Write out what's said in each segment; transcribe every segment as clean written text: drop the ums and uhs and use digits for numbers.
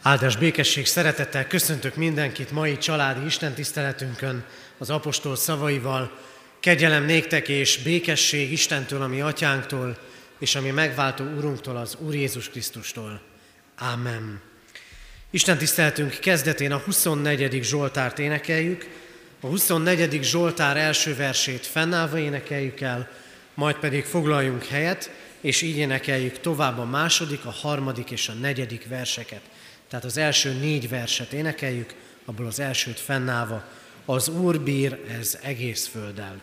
Áldás békesség, szeretettel köszöntök mindenkit mai családi istentiszteletünkön az apostol szavaival. Kegyelem néktek és békesség Istentől, a mi atyánktól, és a mi megváltó Urunktól, az Úr Jézus Krisztustól. Ámen. Istentiszteletünk kezdetén a 24. Zsoltárt énekeljük. A 24. Zsoltár első versét fennállva énekeljük el, majd pedig foglaljunk helyet, és így énekeljük tovább a második, a harmadik és a negyedik verseket. Tehát az első 4 verset énekeljük, abból az elsőt fennállva. Az Úr bír ez egész földdel.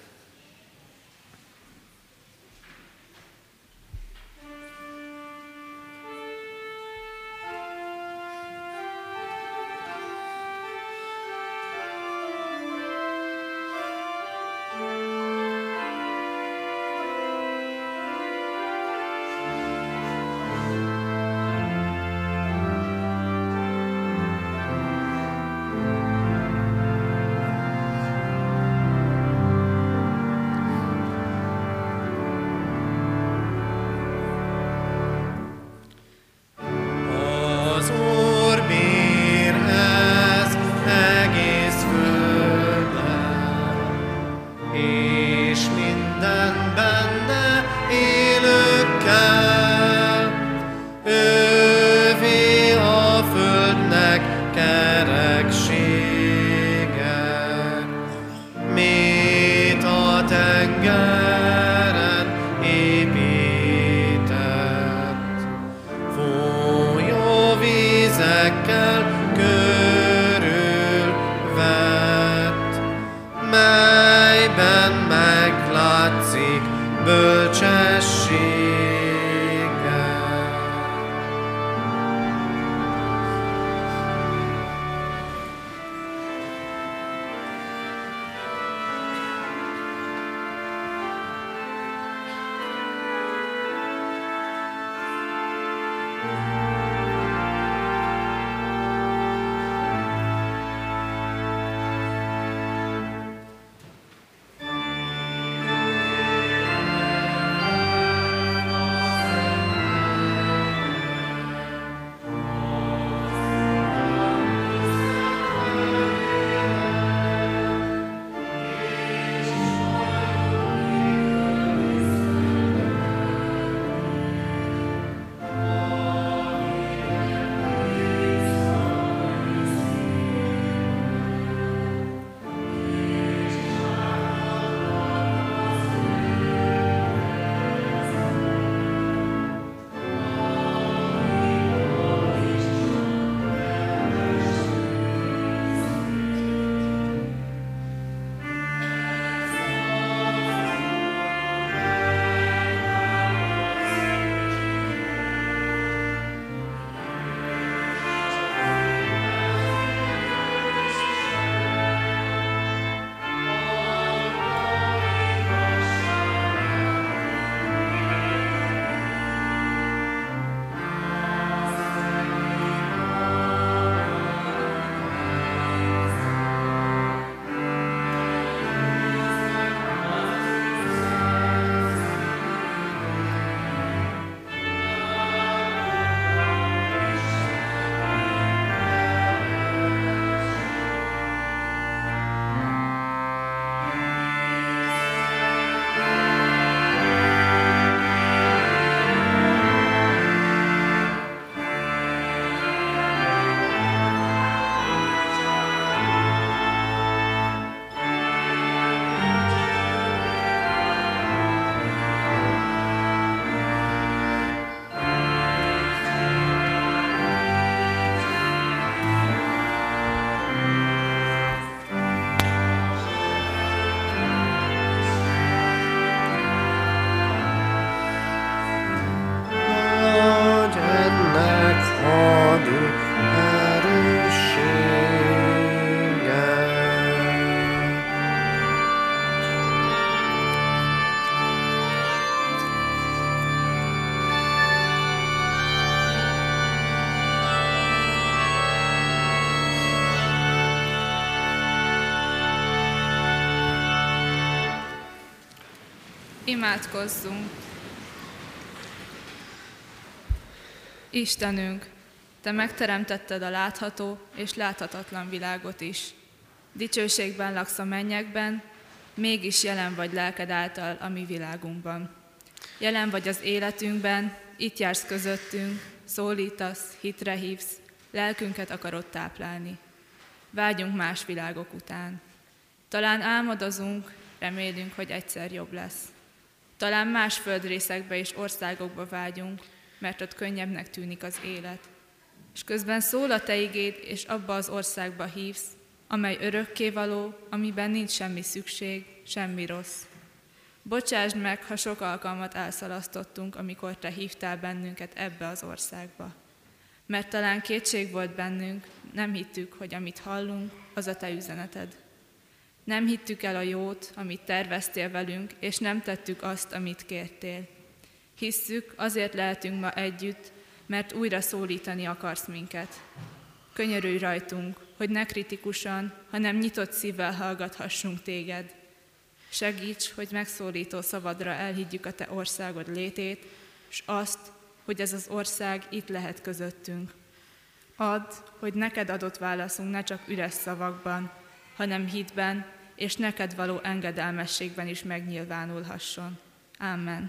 Imádkozzunk! Istenünk, Te megteremtetted a látható és láthatatlan világot is. Dicsőségben laksz a mennyekben, mégis jelen vagy lelked által a mi világunkban. Jelen vagy az életünkben, itt jársz közöttünk, szólítasz, hitre hívsz, lelkünket akarod táplálni. Vágyunk más világok után. Talán álmodozunk, remélünk, hogy egyszer jobb lesz. Talán más földrészekbe és országokba vágyunk, mert ott könnyebbnek tűnik az élet. És közben szól a te igéd, és abba az országba hívsz, amely örökkévaló, amiben nincs semmi szükség, semmi rossz. Bocsásd meg, ha sok alkalmat elszalasztottunk, amikor te hívtál bennünket ebbe az országba. Mert talán kétség volt bennünk, nem hittük, hogy amit hallunk, az a te üzeneted. Nem hittük el a jót, amit terveztél velünk, és nem tettük azt, amit kértél. Hisszük, azért lehetünk ma együtt, mert újra szólítani akarsz minket. Könyörülj rajtunk, hogy ne kritikusan, hanem nyitott szívvel hallgathassunk téged. Segíts, hogy megszólító szavadra elhiggyük a te országod létét, és azt, hogy ez az ország itt lehet közöttünk. Add, hogy neked adott válaszunk ne csak üres szavakban, hanem hitben, és neked való engedelmességben is megnyilvánulhasson. Amen.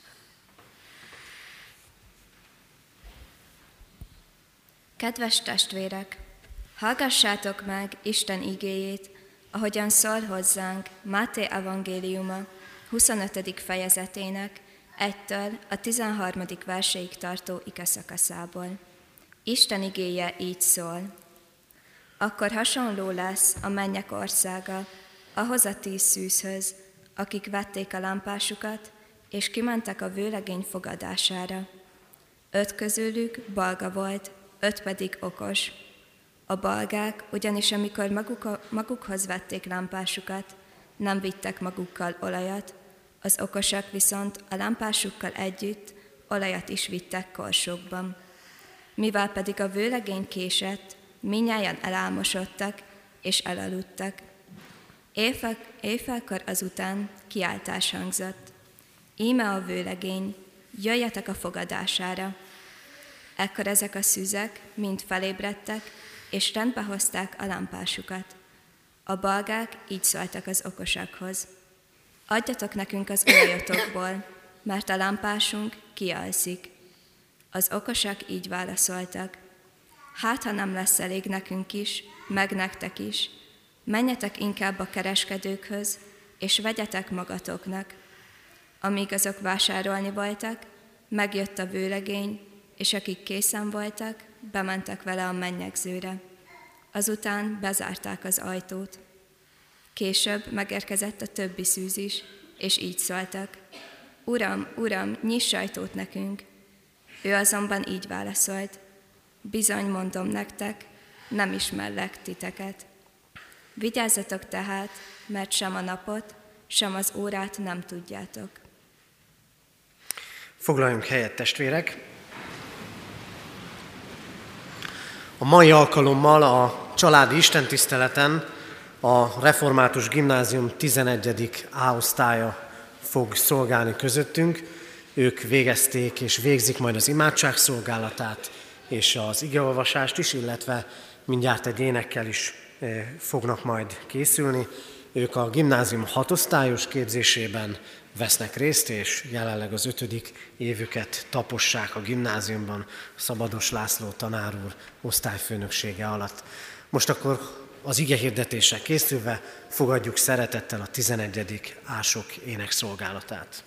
Kedves testvérek, hallgassátok meg Isten igéjét, ahogyan szól hozzánk Máté evangéliuma 25. fejezetének 1-től a 13. verséig tartó ikeszakaszából. Isten igéje így szól. Akkor hasonló lesz a mennyek országa ahhoz a 10 szűzhöz, akik vették a lámpásukat, és kimentek a vőlegény fogadására. 5 közülük balga volt, 5 pedig okos. A balgák ugyanis amikor magukhoz vették lámpásukat, nem vittek magukkal olajat, az okosak viszont a lámpásukkal együtt olajat is vittek korsókban. Mivel pedig a vőlegény késett, mindnyájan elálmosodtak és elaludtak. Éjfélkor azután kiáltás hangzott. Íme a vőlegény, jöjjetek a fogadására. Ekkor ezek a szűzek mind felébredtek, és rendbe hozták a lámpásukat. A balgák így szóltak az okosakhoz. Adjatok nekünk az olajatokból, mert a lámpásunk kialszik. Az okosak így válaszoltak. Hát, ha nem lesz elég nekünk is, meg nektek is, menjetek inkább a kereskedőkhöz, és vegyetek magatoknak. Amíg azok vásárolni voltak, megjött a vőlegény, és akik készen voltak, bementek vele a mennyegzőre. Azután bezárták az ajtót. Később megérkezett a többi szűz is, és így szóltak. Uram, Uram, nyiss ajtót nekünk! Ő azonban így válaszolt. Bizony mondom nektek, nem ismerlek titeket. Vigyázzatok tehát, mert sem a napot, sem az órát nem tudjátok. Foglaljunk helyet, testvérek! A mai alkalommal a családi istentiszteleten a Református Gimnázium 11. A osztálya fog szolgálni közöttünk. Ők végezték és végzik majd az imádság szolgálatát és az igeolvasást is, illetve mindjárt egy énekkel is fognak majd készülni. Ők a gimnázium 6 osztályos képzésében vesznek részt, és jelenleg az 5. évüket tapossák a gimnáziumban Szabados László tanár úr osztályfőnöksége alatt. Most akkor az igehirdetésre készülve fogadjuk szeretettel a 11. ások énekszolgálatát.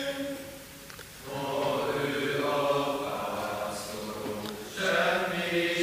Semmi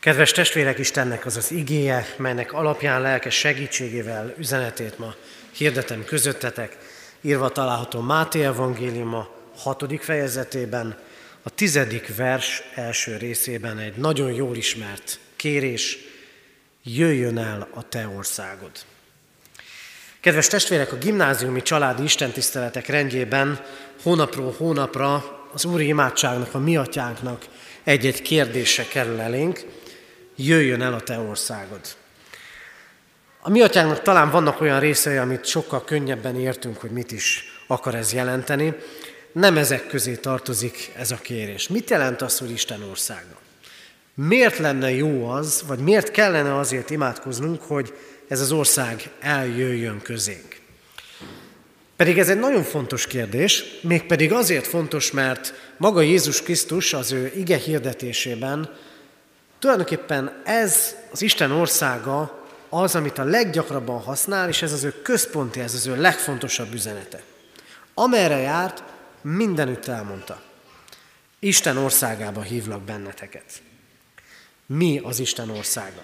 Kedves testvérek, Istennek az az igéje, melynek alapján lelkes segítségével üzenetét ma hirdetem közöttetek, írva található Máté evangéliuma 6. fejezetében, a 10. vers első részében egy nagyon jól ismert kérés: jöjjön el a te országod. Kedves testvérek, a gimnáziumi családi istentiszteletek rendjében hónapról hónapra az úri imádságnak, a mi atyánknak egy-egy kérdése kerül elénk: jöjjön el a te országod. A mi atyánknak talán vannak olyan részei, amit sokkal könnyebben értünk, hogy mit is akar ez jelenteni. Nem ezek közé tartozik ez a kérés. Mit jelent az, hogy Isten országa? Miért lenne jó az, vagy miért kellene azért imádkoznunk, hogy ez az ország eljöjjön közénk? Pedig ez egy nagyon fontos kérdés, mégpedig azért fontos, mert maga Jézus Krisztus az ő ige hirdetésében tulajdonképpen ez az Isten országa az, amit a leggyakrabban használ, és ez az ő központi, ez az ő legfontosabb üzenete. Amerre járt, mindenütt elmondta: Isten országába hívlak benneteket. Mi az Isten országa?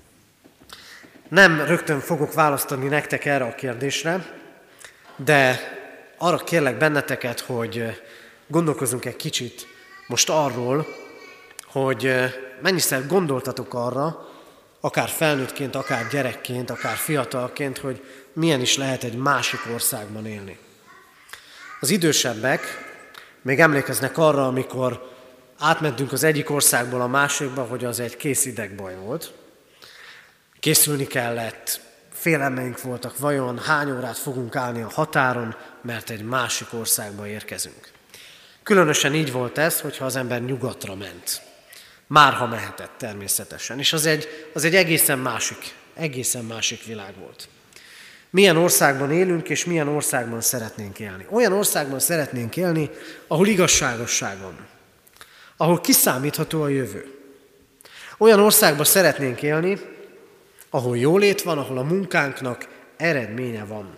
Nem rögtön fogok választani nektek erre a kérdésre, de arra kérlek benneteket, hogy gondolkozzunk egy kicsit most arról, hogy mennyiszer gondoltatok arra, akár felnőttként, akár gyerekként, akár fiatalként, hogy milyen is lehet egy másik országban élni. Az idősebbek még emlékeznek arra, amikor átmentünk az egyik országból a másikba, hogy az egy kész idegbaj volt. Készülni kellett, félelmeink voltak, vajon hány órát fogunk állni a határon, mert egy másik országba érkezünk. Különösen így volt ez, hogyha az ember nyugatra ment. Márha mehetett természetesen, és az egy egészen másik világ volt. Milyen országban élünk, és milyen országban szeretnénk élni? Olyan országban szeretnénk élni, ahol igazságosság van, ahol kiszámítható a jövő. Olyan országban szeretnénk élni, ahol jólét van, ahol a munkánknak eredménye van.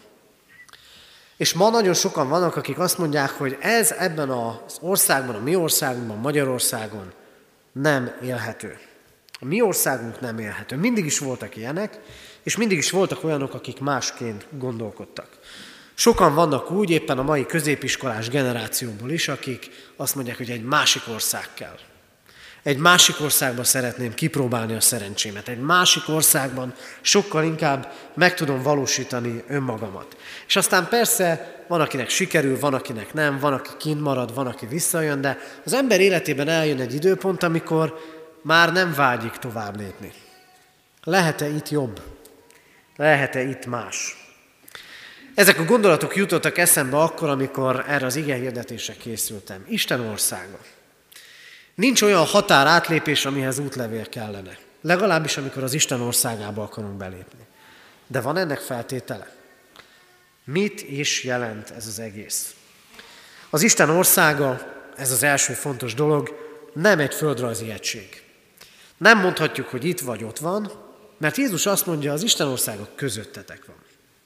És ma nagyon sokan vannak, akik azt mondják, hogy ez ebben az országban, a mi országunkban, Magyarországon nem élhető. A mi országunk nem élhető. Mindig is voltak ilyenek, és mindig is voltak olyanok, akik másként gondolkodtak. Sokan vannak úgy, éppen a mai középiskolás generációból is, akik azt mondják, hogy egy másik ország kell. Egy másik országban szeretném kipróbálni a szerencsémet. Egy másik országban sokkal inkább meg tudom valósítani önmagamat. És aztán persze van, akinek sikerül, van, akinek nem, van, aki kint marad, van, aki visszajön, de az ember életében eljön egy időpont, amikor már nem vágyik tovább lépni. Lehet-e itt jobb? Lehet-e itt más? Ezek a gondolatok jutottak eszembe akkor, amikor erre az igehirdetésre készültem. Isten országa. Nincs olyan határátlépés, amihez útlevél kellene. Legalábbis, amikor az Isten országába akarunk belépni. De van ennek feltétele? Mit is jelent ez az egész? Az Isten országa, ez az első fontos dolog, nem egy földrajzi egység. Nem mondhatjuk, hogy itt vagy ott van, mert Jézus azt mondja, az Isten országa közöttetek van.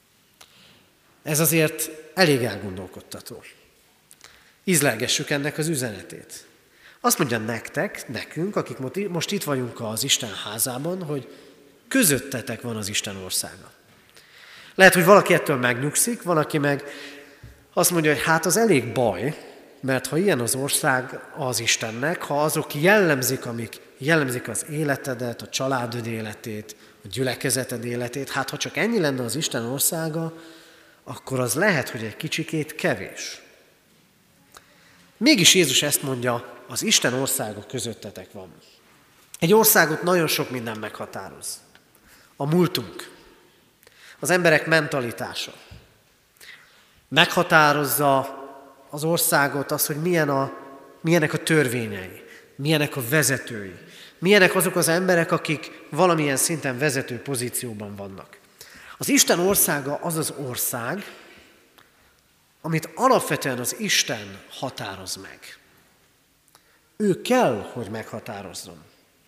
Ez azért elég elgondolkodtató. Ízlelgessük ennek az üzenetét. Azt mondja nekünk, akik most itt vagyunk az Isten házában, hogy közöttetek van az Isten országa. Lehet, hogy valaki ettől megnyugszik, valaki meg azt mondja, hogy hát az elég baj, mert ha ilyen az ország az Istennek, ha azok jellemzik, amik jellemzik az életedet, a családod életét, a gyülekezeted életét, hát ha csak ennyi lenne az Isten országa, akkor az lehet, hogy egy kicsikét kevés. Mégis Jézus ezt mondja, az Isten országa közöttetek van. Egy országot nagyon sok minden meghatároz. A múltunk, az emberek mentalitása. Meghatározza az országot az, hogy milyenek a törvényei, milyenek a vezetői, milyenek azok az emberek, akik valamilyen szinten vezető pozícióban vannak. Az Isten országa az az ország, amit alapvetően az Isten határoz meg. Ő kell, hogy meghatározzon.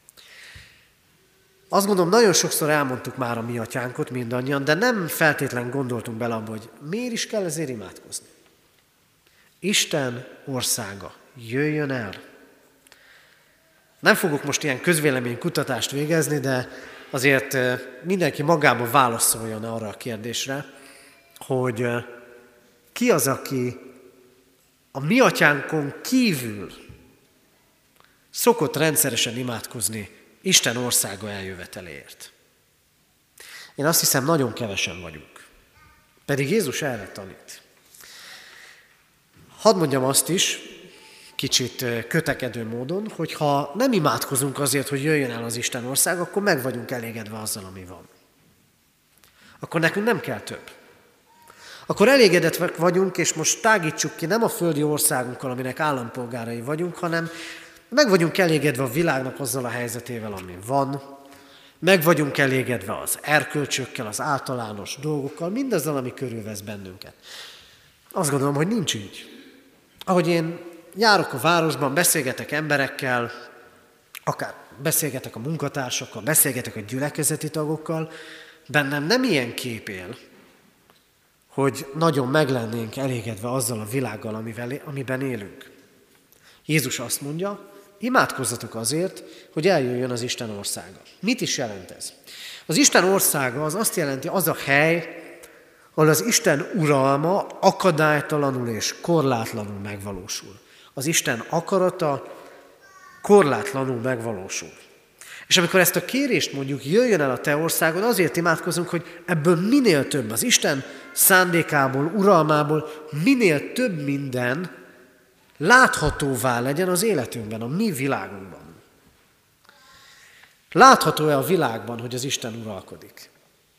Azt gondolom, nagyon sokszor elmondtuk már a mi atyánkot mindannyian, de nem feltétlen gondoltunk bele abba, hogy miért is kell ezért imádkozni. Isten országa jöjjön el. Nem fogok most ilyen közvéleménykutatást végezni, de azért mindenki magában válaszoljon arra a kérdésre, hogy ki az, aki a mi atyánkon kívül szokott rendszeresen imádkozni Isten országa eljöveteléért. Én azt hiszem, nagyon kevesen vagyunk. Pedig Jézus erre tanít. Hadd mondjam azt is, kicsit kötekedő módon, hogy ha nem imádkozunk azért, hogy jöjjön el az Isten ország, akkor meg vagyunk elégedve azzal, ami van. Akkor nekünk nem kell több. Akkor elégedettek vagyunk, és most tágítsuk ki nem a földi országunkkal, aminek állampolgárai vagyunk, hanem meg vagyunk elégedve a világnak azzal a helyzetével, ami van, meg vagyunk elégedve az erkölcsökkel, az általános dolgokkal, mindazzal, ami körülvesz bennünket. Azt gondolom, hogy nincs így. Ahogy én járok a városban, beszélgetek emberekkel, akár beszélgetek a munkatársakkal, beszélgetek a gyülekezeti tagokkal, bennem nem ilyen kép él, hogy nagyon meg lennénk elégedve azzal a világgal, amiben élünk. Jézus azt mondja, imádkozzatok azért, hogy eljöjjön az Isten országa. Mit is jelent ez? Az Isten országa az azt jelenti, az a hely, ahol az Isten uralma akadálytalanul és korlátlanul megvalósul. Az Isten akarata korlátlanul megvalósul. És amikor ezt a kérést mondjuk, jöjjön el a te országod, azért imádkozunk, hogy ebből minél több, az Isten szándékából, uralmából minél több minden láthatóvá legyen az életünkben, a mi világunkban. Látható-e a világban, hogy az Isten uralkodik?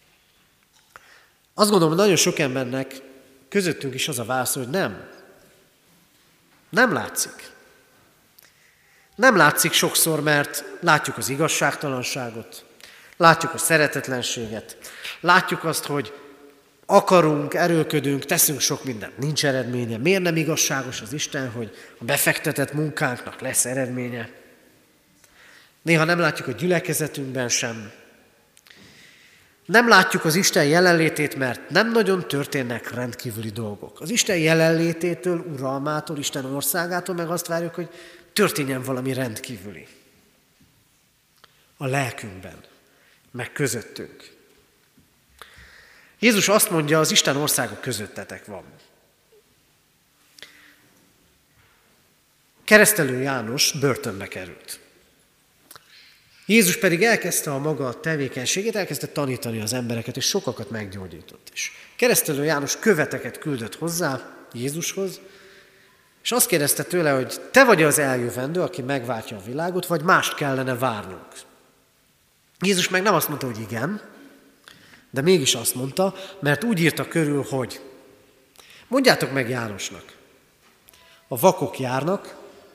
Azt gondolom, hogy nagyon sok embernek közöttünk is az a válasz, hogy nem. Nem látszik. Nem látszik sokszor, mert látjuk az igazságtalanságot, látjuk a szeretetlenséget, látjuk azt, hogy akarunk, erőlködünk, teszünk sok mindent, nincs eredménye. Miért nem igazságos az Isten, hogy a befektetett munkánknak lesz eredménye? Néha nem látjuk a gyülekezetünkben sem. Nem látjuk az Isten jelenlétét, mert nem nagyon történnek rendkívüli dolgok. Az Isten jelenlététől, uralmától, Isten országától meg azt várjuk, hogy történjen valami rendkívüli. A lelkünkben, meg közöttünk. Jézus azt mondja, az Isten országa közöttetek van. Keresztelő János börtönbe került. Jézus pedig elkezdte a maga tevékenységét, elkezdte tanítani az embereket, és sokakat meggyógyított. És Keresztelő János követeket küldött hozzá Jézushoz, és azt kérdezte tőle, hogy te vagy az eljövendő, aki megváltja a világot, vagy mást kellene várnunk. Jézus meg nem azt mondta, hogy igen, de mégis azt mondta, mert úgy írta körül, hogy mondjátok meg Jánosnak, a vakok járnak,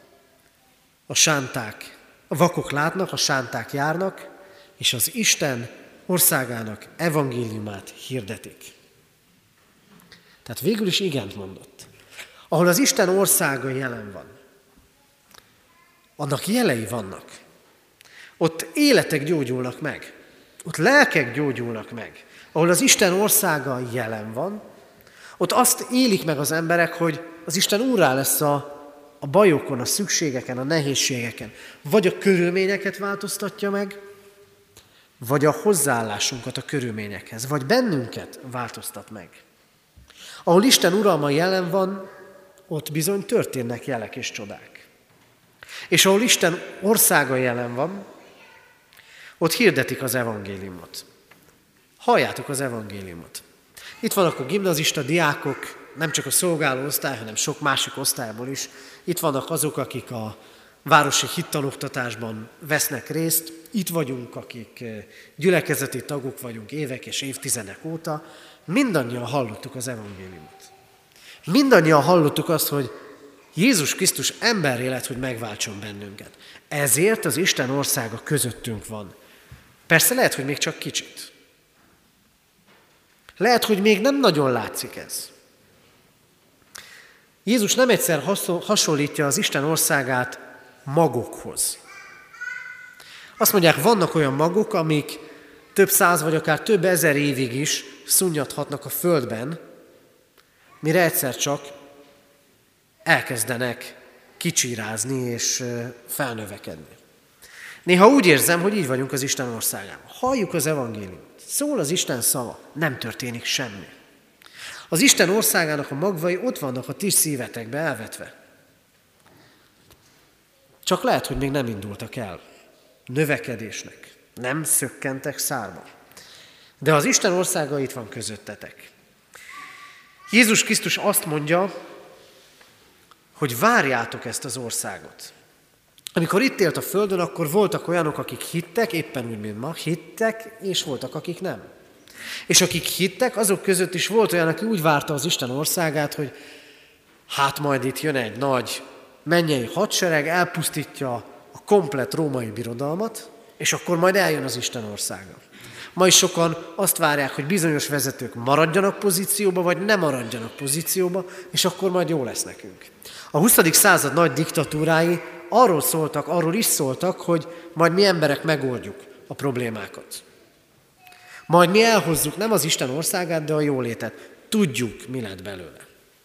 a vakok látnak, a sánták járnak, és az Isten országának evangéliumát hirdetik. Tehát végül is igent mondott. Ahol az Isten országa jelen van, annak jelei vannak. Ott életek gyógyulnak meg, ott lelkek gyógyulnak meg. Ahol az Isten országa jelen van, ott azt élik meg az emberek, hogy az Isten úrrá lesz a bajokon, a szükségeken, a nehézségeken. Vagy a körülményeket változtatja meg, vagy a hozzáállásunkat a körülményekhez, vagy bennünket változtat meg. Ahol Isten uralma jelen van, ott bizony történnek jelek és csodák. És ahol Isten országa jelen van, ott hirdetik az evangéliumot. Halljátok az evangéliumot. Itt vannak a gimnazista diákok, nem csak a szolgáló osztály, hanem sok másik osztályból is. Itt vannak azok, akik a városi hittanoktatásban vesznek részt. Itt vagyunk, akik gyülekezeti tagok vagyunk évek és évtizedek óta. Mindannyian hallottuk az evangéliumot. Mindannyian hallottuk azt, hogy Jézus Krisztus emberré lett, hogy megváltson bennünket. Ezért az Isten országa közöttünk van. Persze lehet, hogy még csak kicsit. Lehet, hogy még nem nagyon látszik ez. Jézus nem egyszer hasonlítja az Isten országát magokhoz. Azt mondják, vannak olyan magok, amik több száz vagy akár több ezer évig is szunnyadhatnak a földben, mire egyszer csak elkezdenek kicsírázni és felnövekedni. Néha úgy érzem, hogy így vagyunk az Isten országában. Halljuk az evangéliumot, szól az Isten szava, nem történik semmi. Az Isten országának a magvai ott vannak a ti szívetekbe elvetve. Csak lehet, hogy még nem indultak el növekedésnek, nem szökkentek szárba. De az Isten országa itt van közöttetek. Jézus Krisztus azt mondja, hogy várjátok ezt az országot. Amikor itt élt a földön, akkor voltak olyanok, akik hittek, éppen úgy, mint ma, hittek, és voltak, akik nem. És akik hittek, azok között is volt olyan, aki úgy várta az Isten országát, hogy hát majd itt jön egy nagy mennyei hadsereg, elpusztítja a komplett római birodalmat, és akkor majd eljön az Isten országa. Ma is sokan azt várják, hogy bizonyos vezetők maradjanak pozícióba, vagy ne maradjanak pozícióba, és akkor majd jó lesz nekünk. A 20. század nagy diktatúrái arról is szóltak, hogy majd mi emberek megoldjuk a problémákat. Majd mi elhozzuk nem az Isten országát, de a jólétet. Tudjuk, mi lett belőle.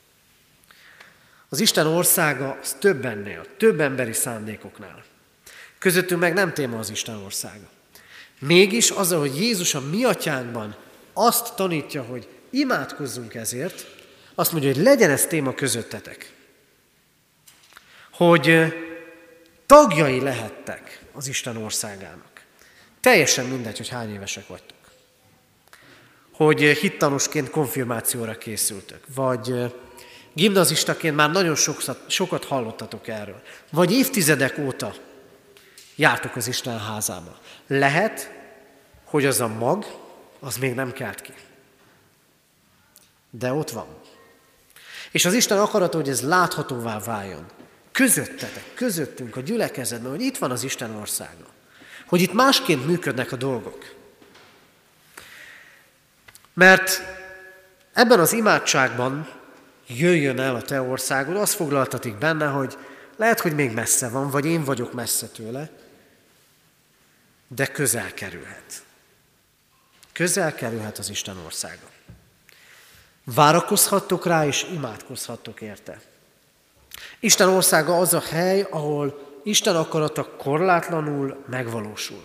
Az Isten országa az több ennél, több emberi szándékoknál. Közöttünk meg nem téma az Isten országa. Mégis azzal, hogy Jézus a mi atyánkban azt tanítja, hogy imádkozzunk ezért, azt mondja, hogy legyen ez téma közöttetek. Hogy tagjai lehettek az Isten országának. Teljesen mindegy, hogy hány évesek vagytok. Hogy hittanosként konfirmációra készültök, vagy gimnazistaként már nagyon sokat hallottatok erről, vagy évtizedek óta jártok az Isten házába. Lehet, hogy az a mag, az még nem kelt ki. De ott van. És az Isten akarata, hogy ez láthatóvá váljon. Közöttetek, közöttünk, a gyülekezetben, hogy itt van az Isten országa. Hogy itt másként működnek a dolgok. Mert ebben az imádságban jöjjön el a te országod, az foglaltatik benne, hogy lehet, hogy még messze van, vagy én vagyok messze tőle, de közel kerülhet. Közel kerülhet az Isten országa. Várakozhattok rá, és imádkozhattok érte. Isten országa az a hely, ahol Isten akarata korlátlanul megvalósul.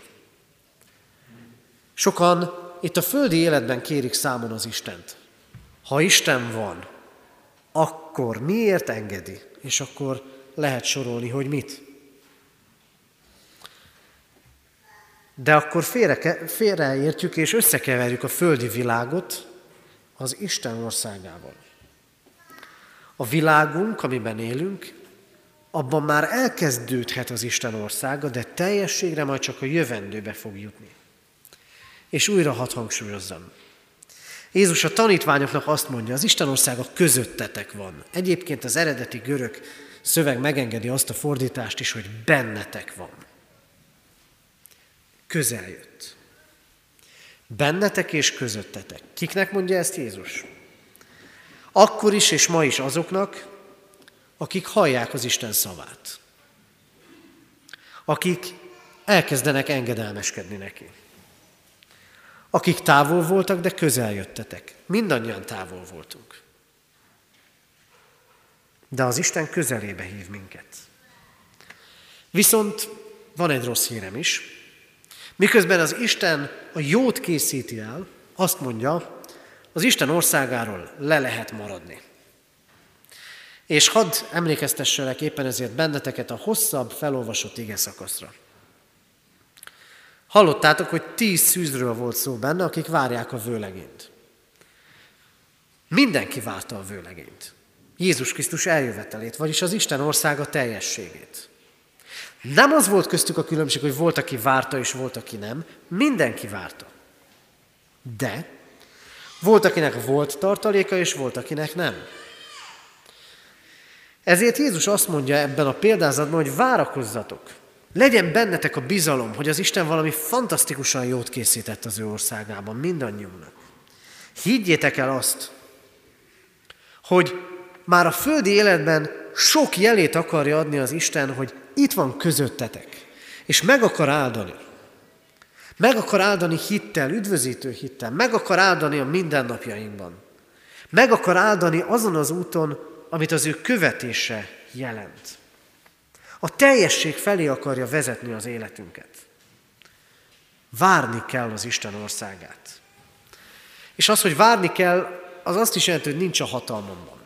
Sokan itt a földi életben kérik számon az Istent. Ha Isten van, akkor miért engedi? És akkor lehet sorolni, hogy mit. De akkor félreértjük és összekeverjük a földi világot az Isten országával. A világunk, amiben élünk, abban már elkezdődhet az Isten országa, de teljességre majd csak a jövendőbe fog jutni. És újra hadd hangsúlyozzam. Jézus a tanítványoknak azt mondja, az Isten országa közöttetek van. Egyébként az eredeti görög szöveg megengedi azt a fordítást is, hogy bennetek van. Közel jött. Bennetek és közöttetek. Kiknek mondja ezt Jézus? Akkor is és ma is azoknak, akik hallják az Isten szavát. Akik elkezdenek engedelmeskedni neki. Akik távol voltak, de közel jöttetek. Mindannyian távol voltunk. De az Isten közelébe hív minket. Viszont van egy rossz hírem is. Miközben az Isten a jót készíti el, azt mondja, az Isten országáról le lehet maradni. És hadd emlékeztesselek éppen ezért benneteket a hosszabb felolvasott igeszakaszra. Hallottátok, hogy 10 szűzről volt szó benne, akik várják a vőlegényt. Mindenki várta a vőlegényt. Jézus Krisztus eljövetelét, vagyis az Isten országa teljességét. Nem az volt köztük a különbség, hogy volt, aki várta, és volt, aki nem. Mindenki várta. De volt, akinek volt tartaléka, és volt, akinek nem. Ezért Jézus azt mondja ebben a példázatban, hogy várakozzatok. Legyen bennetek a bizalom, hogy az Isten valami fantasztikusan jót készített az ő országában, mindannyiunknak. Higgyétek el azt, hogy már a földi életben sok jelét akarja adni az Isten, hogy itt van közöttetek, és meg akar áldani. Meg akar áldani hittel, üdvözítő hittel, meg akar áldani a mindennapjainkban. Meg akar áldani azon az úton, amit az ő követése jelent. A teljesség felé akarja vezetni az életünket. Várni kell az Isten országát. És az, hogy várni kell, az azt is jelenti, hogy nincs a hatalmamban.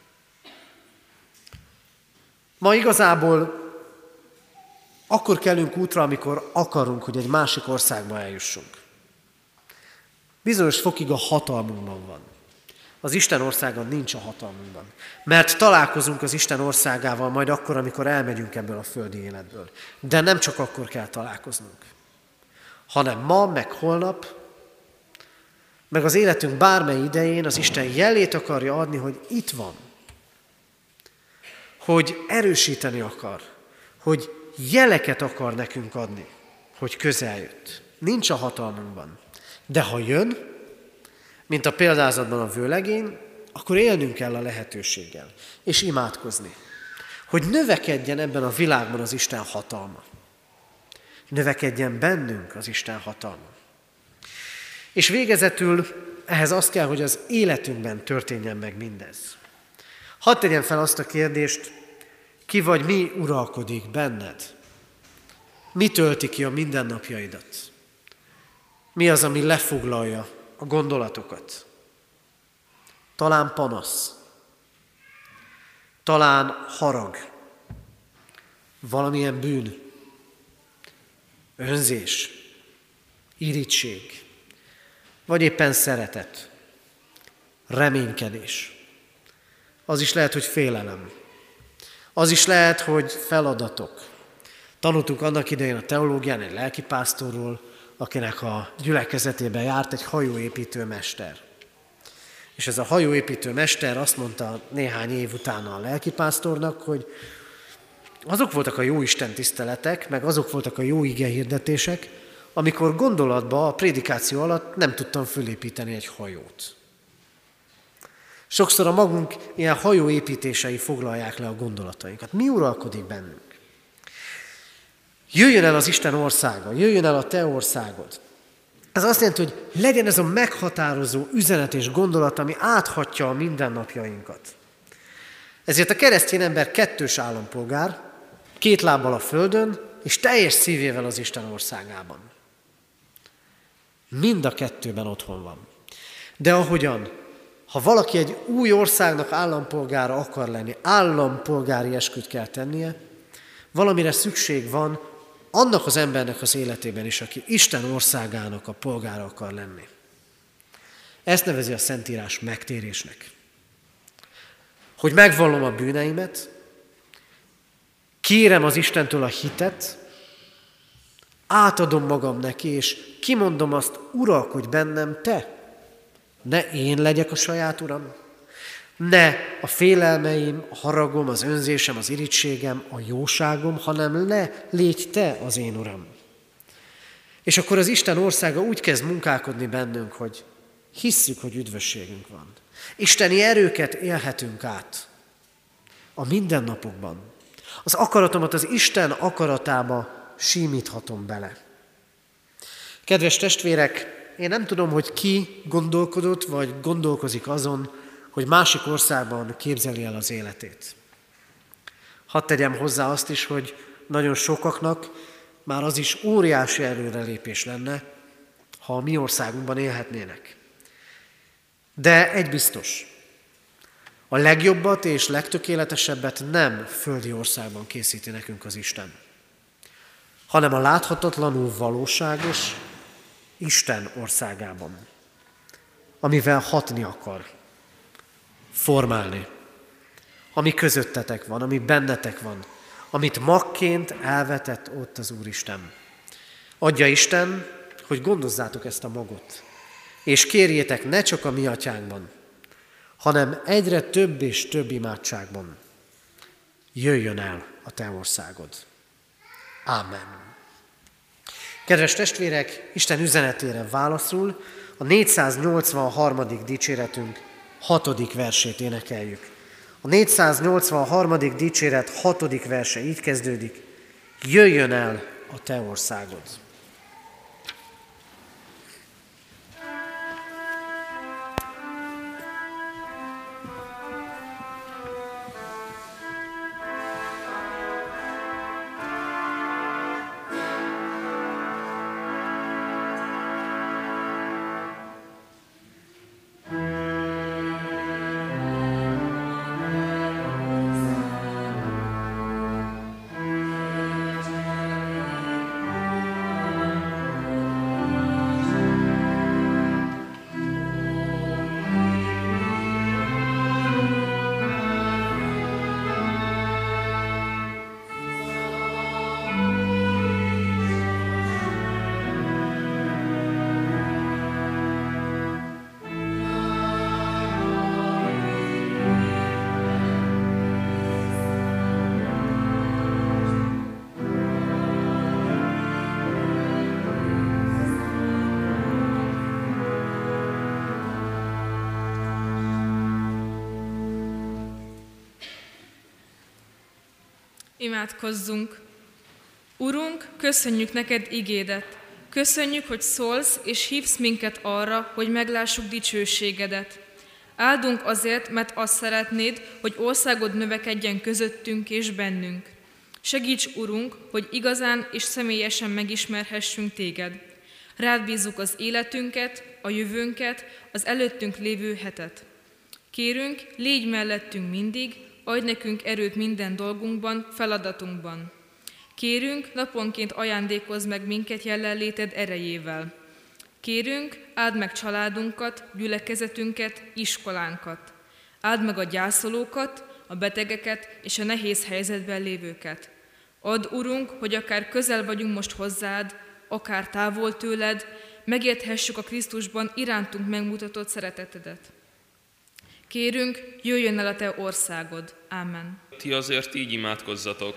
Ma igazából akkor kelünk útra, amikor akarunk, hogy egy másik országba eljussunk. Bizonyos fokig a hatalmunkban van. Az Isten országa nincs a hatalmunkban. Mert találkozunk az Isten országával majd akkor, amikor elmegyünk ebből a földi életből. De nem csak akkor kell találkoznunk, hanem ma, meg holnap, meg az életünk bármely idején az Isten jelét akarja adni, hogy itt van. Hogy erősíteni akar. Hogy jeleket akar nekünk adni, hogy közel jött. Nincs a hatalmunkban. De ha jön, mint a példázatban a vőlegény, akkor élnünk kell a lehetőséggel, és imádkozni. Hogy növekedjen ebben a világban az Isten hatalma. Növekedjen bennünk az Isten hatalma. És végezetül ehhez az kell, hogy az életünkben történjen meg mindez. Hadd tegyem fel azt a kérdést, ki vagy mi uralkodik benned? Mi tölti ki a mindennapjaidat? Mi az, ami lefoglalja a gondolatokat? Talán panasz, talán harag, valamilyen bűn, önzés, irigység, vagy éppen szeretet, reménykedés. Az is lehet, hogy félelem. Az is lehet, hogy feladatok. Tanultunk annak idején a teológián egy lelkipásztorról, akinek a gyülekezetében járt egy hajóépítő mester. És ez a hajóépítő mester azt mondta néhány év utána a lelkipásztornak, hogy azok voltak a jó Isten tiszteletek, meg azok voltak a jó ige hirdetések, amikor gondolatba a prédikáció alatt nem tudtam fölépíteni egy hajót. Sokszor a magunk ilyen hajóépítései foglalják le a gondolatainkat. Mi uralkodik bennünk? Jöjjön el az Isten országa, jöjjön el a te országod. Ez azt jelenti, hogy legyen ez a meghatározó üzenet és gondolat, ami áthatja a mindennapjainkat. Ezért a keresztény ember kettős állampolgár, két lábbal a földön, és teljes szívével az Isten országában. Mind a kettőben otthon van. De ahogyan, ha valaki egy új országnak állampolgára akar lenni, állampolgári esküt kell tennie, valamire szükség van annak az embernek az életében is, aki Isten országának a polgára akar lenni. Ezt nevezi a Szentírás megtérésnek. Hogy megvallom a bűneimet, kérem az Istentől a hitet, átadom magam neki, és kimondom azt, uralkodj bennem te. Ne én legyek a saját uram, ne a félelmeim, a haragom, az önzésem, az irítségem, a jóságom, hanem légy te az én uram. És akkor az Isten országa úgy kezd munkálkodni bennünk, hogy hisszük, hogy üdvösségünk van. Isteni erőket élhetünk át a mindennapokban. Az akaratomat az Isten akaratába símíthatom bele. Kedves testvérek, én nem tudom, hogy ki gondolkodott, vagy gondolkozik azon, hogy másik országban képzeli el az életét. Hadd tegyem hozzá azt is, hogy nagyon sokaknak már az is óriási előrelépés lenne, ha a mi országunkban élhetnének. De egy biztos, a legjobbat és legtökéletesebbet nem földi országban készíti nekünk az Isten, hanem a láthatatlanul valóságos Isten országában, amivel hatni akar, formálni, ami közöttetek van, ami bennetek van, amit magként elvetett ott az Úristen. Adja Isten, hogy gondozzátok ezt a magot, és kérjétek ne csak a mi atyánkban, hanem egyre több és több imádságban. Jöjjön el a te országod. Ámen. Kedves testvérek, Isten üzenetére válaszul a 483. dicséretünk 6. versét énekeljük. A 483. dicséret 6. verse így kezdődik: jöjjön el a te országod. Imádkozzunk! Urunk, köszönjük neked igédet. Köszönjük, hogy szólsz és hívsz minket arra, hogy meglássuk dicsőségedet. Áldunk azért, mert azt szeretnéd, hogy országod növekedjen közöttünk és bennünk. Segíts, Urunk, hogy igazán és személyesen megismerhessünk téged. Rád bízzuk az életünket, a jövőnket, az előttünk lévő hetet. Kérünk, légy mellettünk mindig, adj nekünk erőt minden dolgunkban, feladatunkban. Kérünk, naponként ajándékozz meg minket jelenléted erejével. Kérünk, áld meg családunkat, gyülekezetünket, iskolánkat. Áld meg a gyászolókat, a betegeket és a nehéz helyzetben lévőket. Add, Urunk, hogy akár közel vagyunk most hozzád, akár távol tőled, megérthessük a Krisztusban irántunk megmutatott szeretetedet. Kérünk, jöjjön el a te országod. Ámen. Ti azért így imádkozzatok.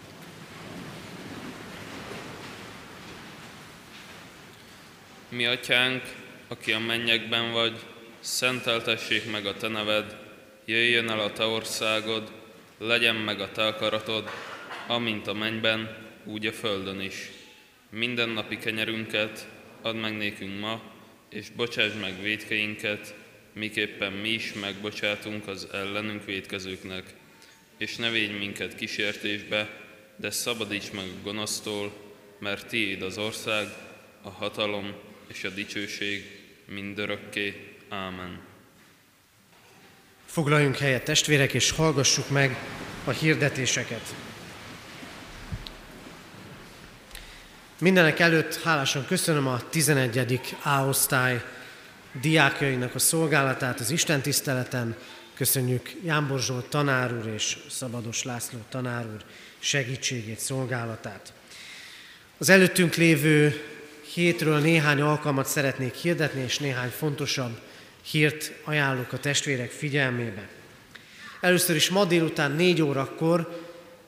Mi atyánk, aki a mennyekben vagy, szenteltessék meg a te neved, jöjjön el a te országod, legyen meg a te akaratod, amint a mennyben, úgy a földön is. Mindennapi kenyerünket add meg nékünk ma, és bocsásd meg vétkeinket, miképpen mi is megbocsátunk az ellenünk vétkezőknek. És ne védj minket kísértésbe, de szabadíts meg a gonosztól, mert tiéd az ország, a hatalom és a dicsőség mindörökké. Ámen. Foglaljunk helyet, testvérek, és hallgassuk meg a hirdetéseket. Mindenek előtt hálásan köszönöm a 11. A-osztály diákjainak a szolgálatát az istentiszteleten. Köszönjük Jámbor Zsolt tanár úr és Szabados László tanár úr segítségét, szolgálatát. Az előttünk lévő hétről néhány alkalmat szeretnék hirdetni, és néhány fontosabb hírt ajánlok a testvérek figyelmébe. Először is ma délután 4 órakor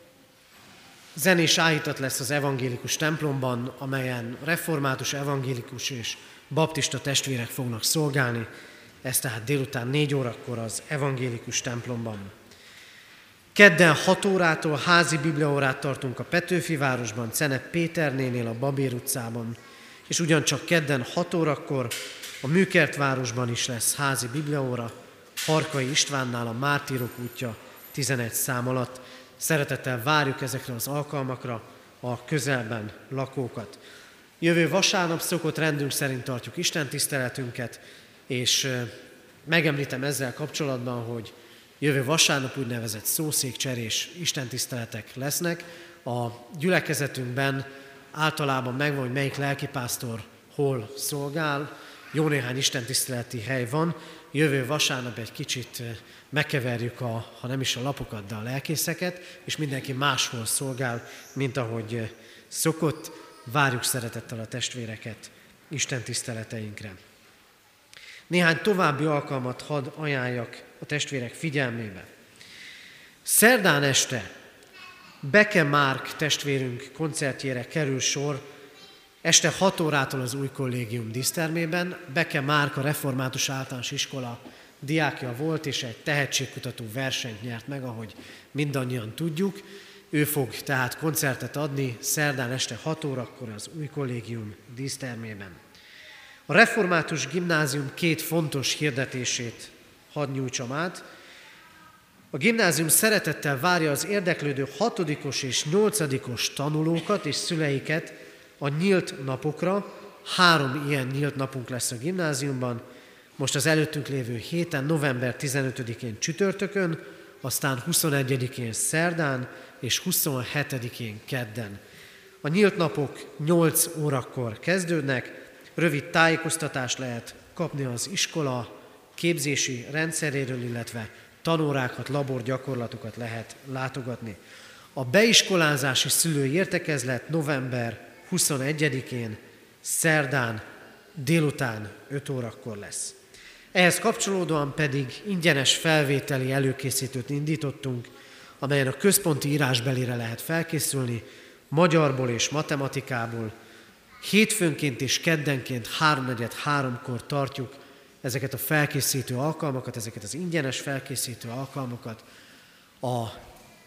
zenés áhítat lesz az evangélikus templomban, amelyen református, evangélikus és baptista testvérek fognak szolgálni. Ez tehát délután 4 órakor az evangélikus templomban. Kedden 6 órától házi bibliaórát tartunk a Petőfivárosban, Cenep Péter nénél a Babér utcában, és ugyancsak kedden 6 órakor a Műkertvárosban is lesz házi bibliaóra, Harkai Istvánnál a Mártírok útja 11 szám alatt. Szeretettel várjuk ezekre az alkalmakra a közelben lakókat. Jövő vasárnap szokott rendünk szerint tartjuk istentiszteletünket, és megemlítem ezzel kapcsolatban, hogy jövő vasárnap úgynevezett szószékcserés istentiszteletek lesznek. A gyülekezetünkben általában megvan, hogy melyik lelkipásztor hol szolgál, jó néhány istentiszteleti hely van. Jövő vasárnap egy kicsit megkeverjük, ha nem is a lapokat, de a lelkészeket, és mindenki máshol szolgál, mint ahogy szokott. Várjuk szeretettel a testvéreket istentiszteleteinkre. Néhány további alkalmat hadd ajánljak a testvérek figyelmébe. Szerdán este Beke Márk testvérünk koncertjére kerül sor, este 6 órától az Új Kollégium dísztermében. Beke Márk a Református Általános Iskola diákja volt, és egy tehetségkutató versenyt nyert meg, ahogy mindannyian tudjuk. Ő fog tehát koncertet adni szerdán este 6 órakor az Új Kollégium dísztermében. A Református Gimnázium 2 fontos hirdetését hadd nyújtsam át. A gimnázium szeretettel várja az érdeklődő 6-os és 8-os tanulókat és szüleiket a nyílt napokra. 3 ilyen nyílt napunk lesz a gimnáziumban. Most az előttünk lévő héten, november 15-én csütörtökön, aztán 21-én szerdán és 27-én kedden. A nyílt napok 8 órakor kezdődnek, rövid tájékoztatást lehet kapni az iskola képzési rendszeréről, illetve tanórákat, laborgyakorlatokat lehet látogatni. A beiskolázási szülői értekezlet november 21-én szerdán délután 5 órakor lesz. Ehhez kapcsolódóan pedig ingyenes felvételi előkészítőt indítottunk, amelyen a központi írásbelire lehet felkészülni, magyarból és matematikából. Hétfőnként és keddenként 3:43-kor tartjuk ezeket a felkészítő alkalmakat, ezeket az ingyenes felkészítő alkalmakat. A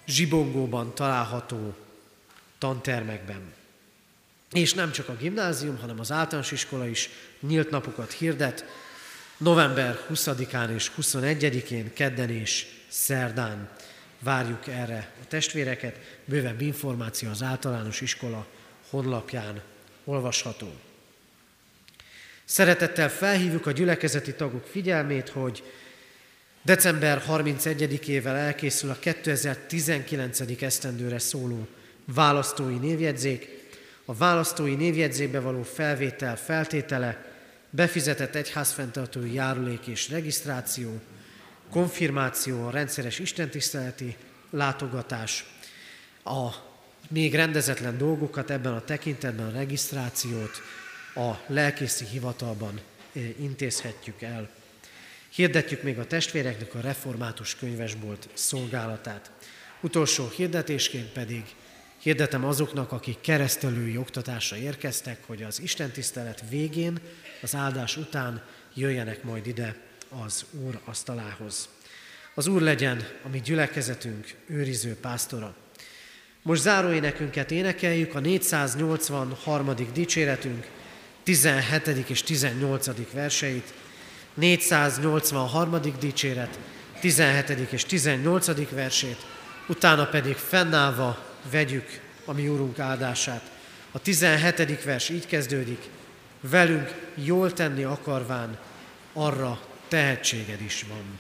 zsibongóban található tantermekben. És nem csak a gimnázium, hanem az általános iskola is nyílt napokat hirdet, november 20-án és 21-én, kedden és szerdán várjuk erre a testvéreket. Bővebb információ az általános iskola honlapján olvasható. Szeretettel felhívjuk a gyülekezeti tagok figyelmét, hogy december 31-ével elkészül a 2019. esztendőre szóló választói névjegyzék. A választói névjegyzékbe való felvétel feltétele befizetett egyházfenntartói járulék és regisztráció, konfirmáció, rendszeres istentiszteleti látogatás. A még rendezetlen dolgokat ebben a tekintetben, a regisztrációt a lelkészi hivatalban intézhetjük el. Hirdetjük még a testvéreknek a református könyvesbolt szolgálatát. Utolsó hirdetésként pedig hirdetem azoknak, akik keresztelői oktatásra érkeztek, hogy az istentisztelet végén, az áldás után jöjjenek majd ide az Úr asztalához. Az Úr legyen a mi gyülekezetünk őriző pásztora. Most záróénekünket énekeljük, a 483. dicséretünk 17. és 18. verseit. 483. dicséret 17. és 18. versét, utána pedig fennállva vegyük a mi Úrunk áldását. A 17. vers így kezdődik: velünk jól tenni akarván, arra tehetséged is van.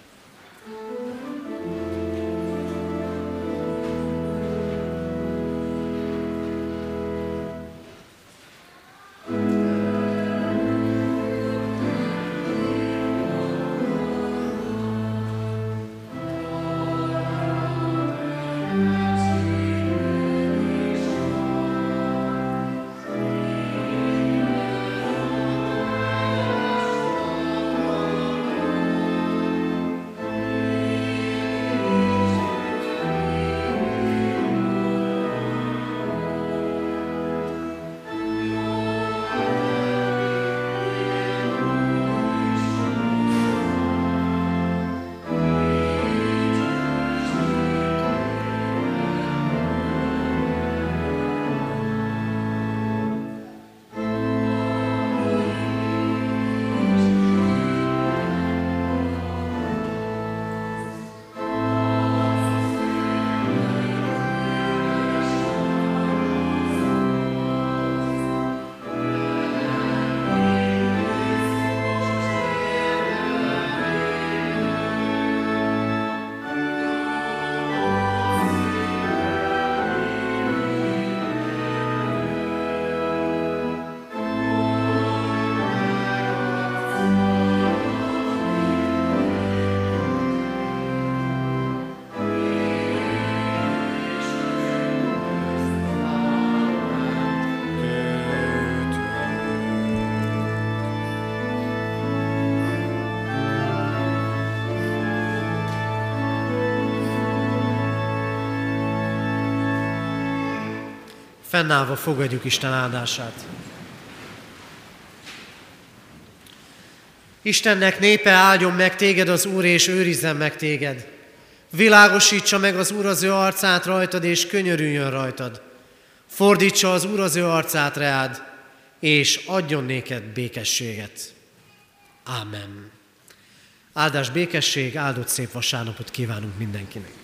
Fennállva fogadjuk Isten áldását. Istennek népe, áldjon meg téged az Úr, és őrizzen meg téged. Világosítsa meg az Úr az ő arcát rajtad, és könyörüljön rajtad. Fordítsa az Úr az ő arcát reád, és adjon néked békességet. Ámen. Áldás, békesség, áldott szép vasárnapot kívánunk mindenkinek.